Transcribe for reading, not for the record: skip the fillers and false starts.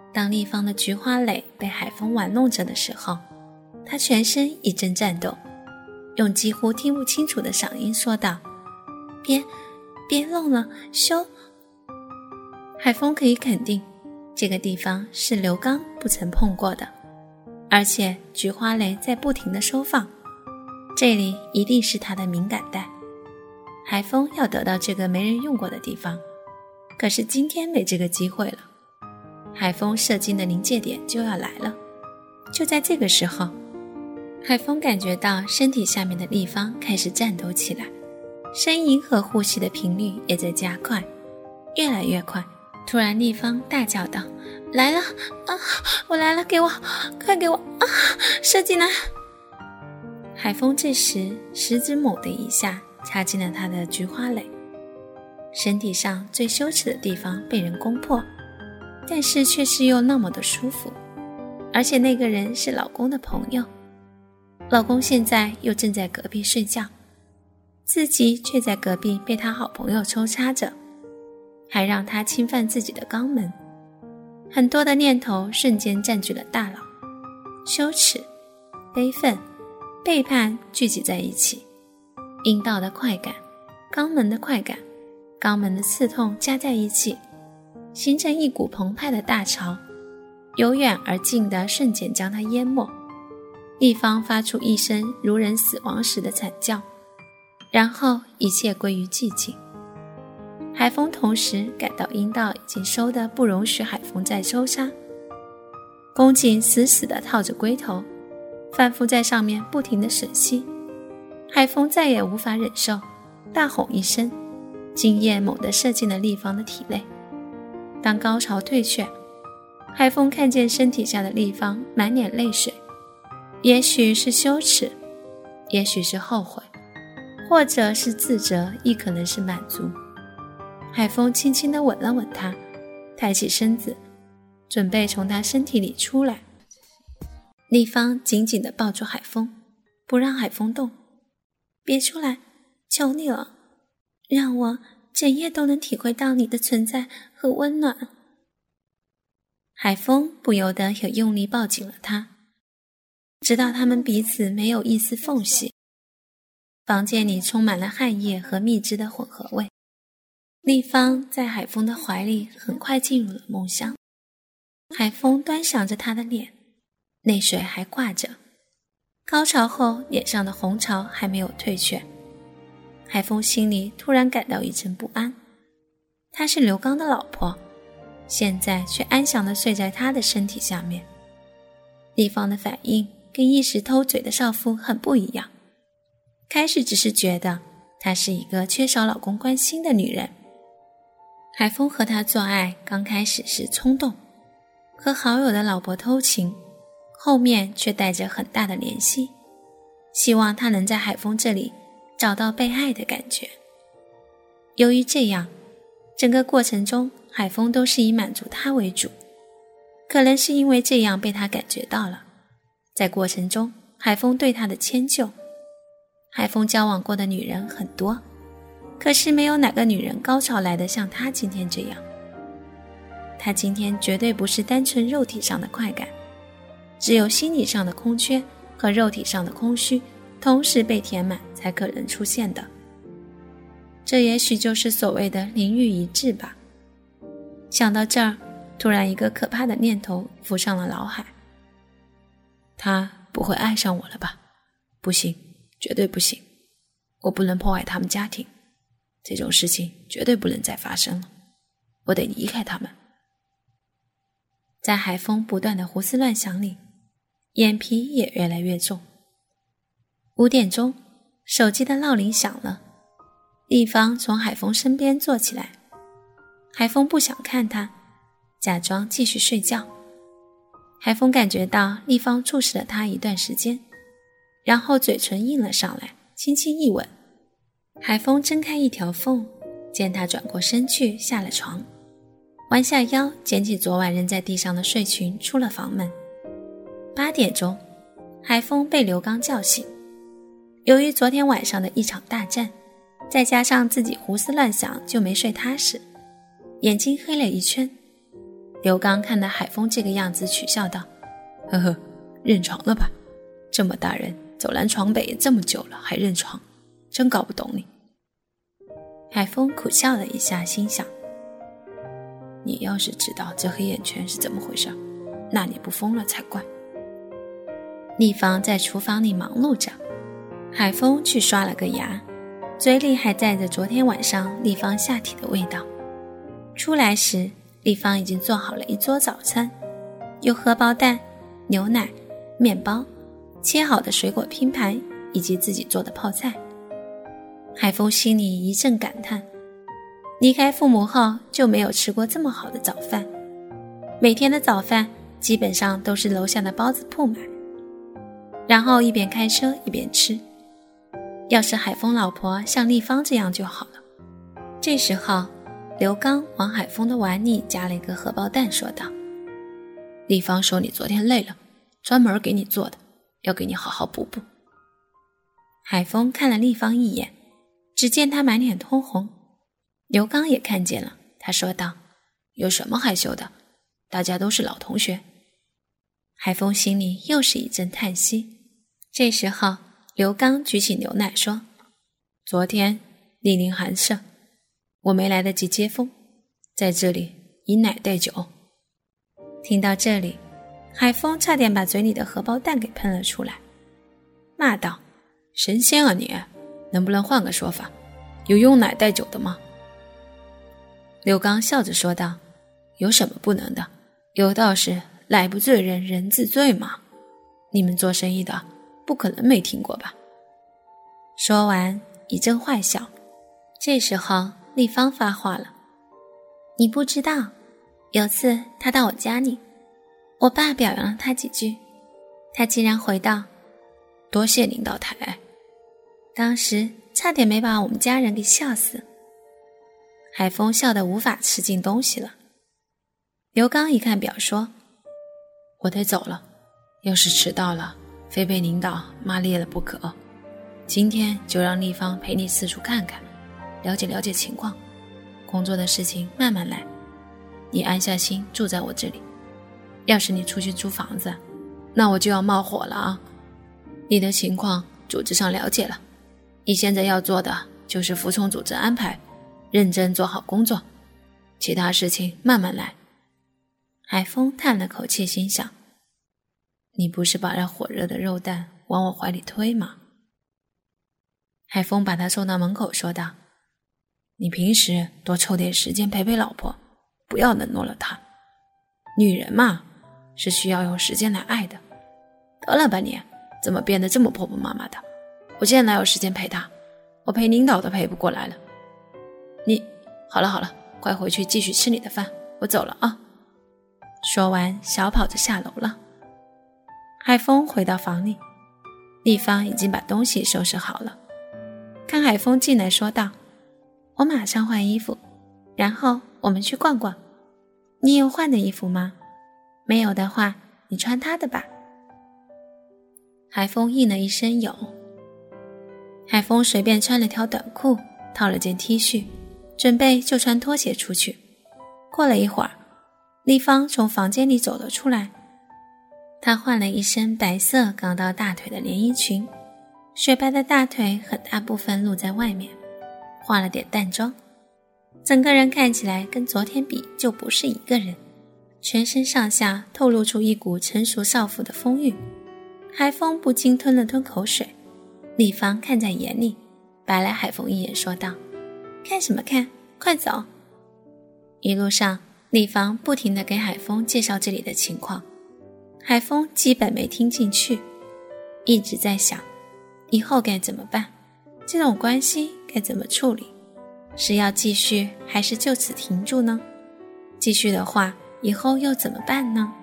当立方的菊花蕾被海风玩弄着的时候，他全身一阵颤抖，用几乎听不清楚的嗓音说道：别弄了，羞。海风可以肯定，这个地方是刘刚不曾碰过的，而且菊花蕾在不停地收放，这里一定是他的敏感带。海风要得到这个没人用过的地方，可是今天没这个机会了。海风射精的临界点就要来了。就在这个时候，海风感觉到身体下面的立方开始颤抖起来，呻吟和呼吸的频率也在加快，越来越快。突然立方大叫道：来了啊！我来了，给我，快给我啊！射进来！海风这时食指猛地一下插进了他的菊花蕾，身体上最羞耻的地方被人攻破，但是却是又那么的舒服，而且那个人是老公的朋友，老公现在又正在隔壁睡觉，自己却在隔壁被他好朋友抽插着，还让他侵犯自己的肛门。很多的念头瞬间占据了大脑，羞耻、悲愤、背叛聚集在一起，阴道的快感、肛门的快感、肛门的刺痛加在一起，形成一股澎湃的大潮，由远而近的瞬间将他淹没。立方发出一声如人死亡时的惨叫，然后一切归于寂静。海风同时感到阴道已经收得不容许海风再抽插，宫颈死死地套着龟头，反复在上面不停地吮吸。海风再也无法忍受，大吼一声，精液猛地射进了立方的体内。当高潮退却，海风看见身体下的立方满脸泪水，也许是羞耻，也许是后悔，或者是自责，亦可能是满足。海风轻轻地吻了吻他，抬起身子，准备从他身体里出来。立方紧紧地抱住海风，不让海风动。别出来，求你了，让我整夜都能体会到你的存在和温暖。海风不由得也用力抱紧了他，直到他们彼此没有一丝缝隙。房间里充满了汗液和蜜汁的混合味。立方在海风的怀里很快进入了梦乡。海风端详着他的脸，泪水还挂着，高潮后脸上的红潮还没有退却。海风心里突然感到一阵不安，她是刘刚的老婆，现在却安详地睡在他的身体下面。立方的反应跟一时偷嘴的少妇很不一样，开始只是觉得她是一个缺少老公关心的女人。海风和她做爱刚开始是冲动，和好友的老婆偷情，后面却带着很大的怜惜，希望她能在海风这里找到被爱的感觉。由于这样，整个过程中海风都是以满足她为主，可能是因为这样被她感觉到了。在过程中海风对她的迁就，海风交往过的女人很多，可是没有哪个女人高潮来得像她今天这样。她今天绝对不是单纯肉体上的快感，只有心理上的空缺和肉体上的空虚同时被填满才可能出现的。这也许就是所谓的灵欲一致吧。想到这儿，突然一个可怕的念头浮上了脑海。他不会爱上我了吧？不行，绝对不行，我不能破坏他们家庭，这种事情绝对不能再发生了，我得离开他们。在海风不断的胡思乱想里，眼皮也越来越重。5点钟，手机的闹铃响了，立方从海风身边坐起来，海风不想看他，假装继续睡觉。海风感觉到立方注视了他一段时间，然后嘴唇印了上来，轻轻一吻。海风睁开一条缝，见他转过身去，下了床，弯下腰捡起昨晚扔在地上的睡裙，出了房门。8点钟，海风被刘刚叫醒。由于昨天晚上的一场大战，再加上自己胡思乱想就没睡踏实，眼睛黑了一圈。 刘刚看到海峰这个样子，取笑道：呵呵，认床了吧？这么大人，走南闯北这么久了还认床，真搞不懂你。海峰苦笑了一下，心想：你要是知道这黑眼圈是怎么回事，那你不疯了才怪。丽芳在厨房里忙碌着，海峰去刷了个牙，嘴里还带着昨天晚上丽芳下体的味道。出来时，丽芳已经做好了一桌早餐，有荷包蛋、牛奶、面包、切好的水果拼盘以及自己做的泡菜。海峰心里一阵感叹，离开父母后就没有吃过这么好的早饭，每天的早饭基本上都是楼下的包子铺买，然后一边开车一边吃。要是海峰老婆像丽芳这样就好了。这时候刘刚往海峰的碗里夹了一个荷包蛋，说道：丽芳说你昨天累了，专门给你做的，要给你好好补补。海峰看了丽芳一眼，只见她满脸通红。刘刚也看见了，他说道：有什么害羞的，大家都是老同学。海峰心里又是一阵叹息。这时候刘刚举起牛奶说：昨天莅临寒舍，我没来得及接风，在这里以奶代酒。听到这里，海峰差点把嘴里的荷包蛋给喷了出来，骂道：神仙啊你，能不能换个说法，有用奶代酒的吗？刘刚笑着说道：有什么不能的，有道是奶不醉人人自醉嘛，你们做生意的不可能没听过吧。说完一阵坏笑。这时候丽芳发话了：你不知道，有次他到我家里，我爸表扬了他几句，他竟然回道：多谢领导抬爱。当时差点没把我们家人给笑死。海峰笑得无法吃进东西了。刘刚一看表说：我得走了，要是迟到了非被领导骂裂了不可。今天就让丽芳陪你四处看看，了解了解情况，工作的事情慢慢来，你安下心住在我这里。要是你出去租房子，那我就要冒火了啊！你的情况组织上了解了，你现在要做的就是服从组织安排，认真做好工作，其他事情慢慢来。海峰叹了口气，心想：你不是把那火热的肉蛋往我怀里推吗？海峰把他送到门口，说道：你平时多抽点时间陪陪老婆，不要冷落了她。女人嘛，是需要用时间来爱的。得了吧你，怎么变得这么婆婆妈妈的？我现在哪有时间陪她，我陪领导都陪不过来了。你，好了好了，快回去继续吃你的饭，我走了啊。说完小跑着下楼了。海峰回到房里，丽芳已经把东西收拾好了。看海峰进来，说道：我马上换衣服，然后我们去逛逛。你有换的衣服吗？没有的话，你穿他的吧。海峰应了一声有。海峰随便穿了条短裤，套了件 T 恤，准备就穿拖鞋出去。过了一会儿，丽芳从房间里走了出来。她换了一身白色刚到大腿的连衣裙，雪白的大腿很大部分露在外面，化了点淡妆，整个人看起来跟昨天比就不是一个人，全身上下透露出一股成熟少妇的风韵。海峰不禁吞了吞口水，丽芳看在眼里，白了海峰一眼，说道：看什么看，快走。一路上丽芳不停地给海峰介绍这里的情况，海峰基本没听进去，一直在想以后该怎么办，这种关系该怎么处理，是要继续还是就此停住呢？继续的话以后又怎么办呢？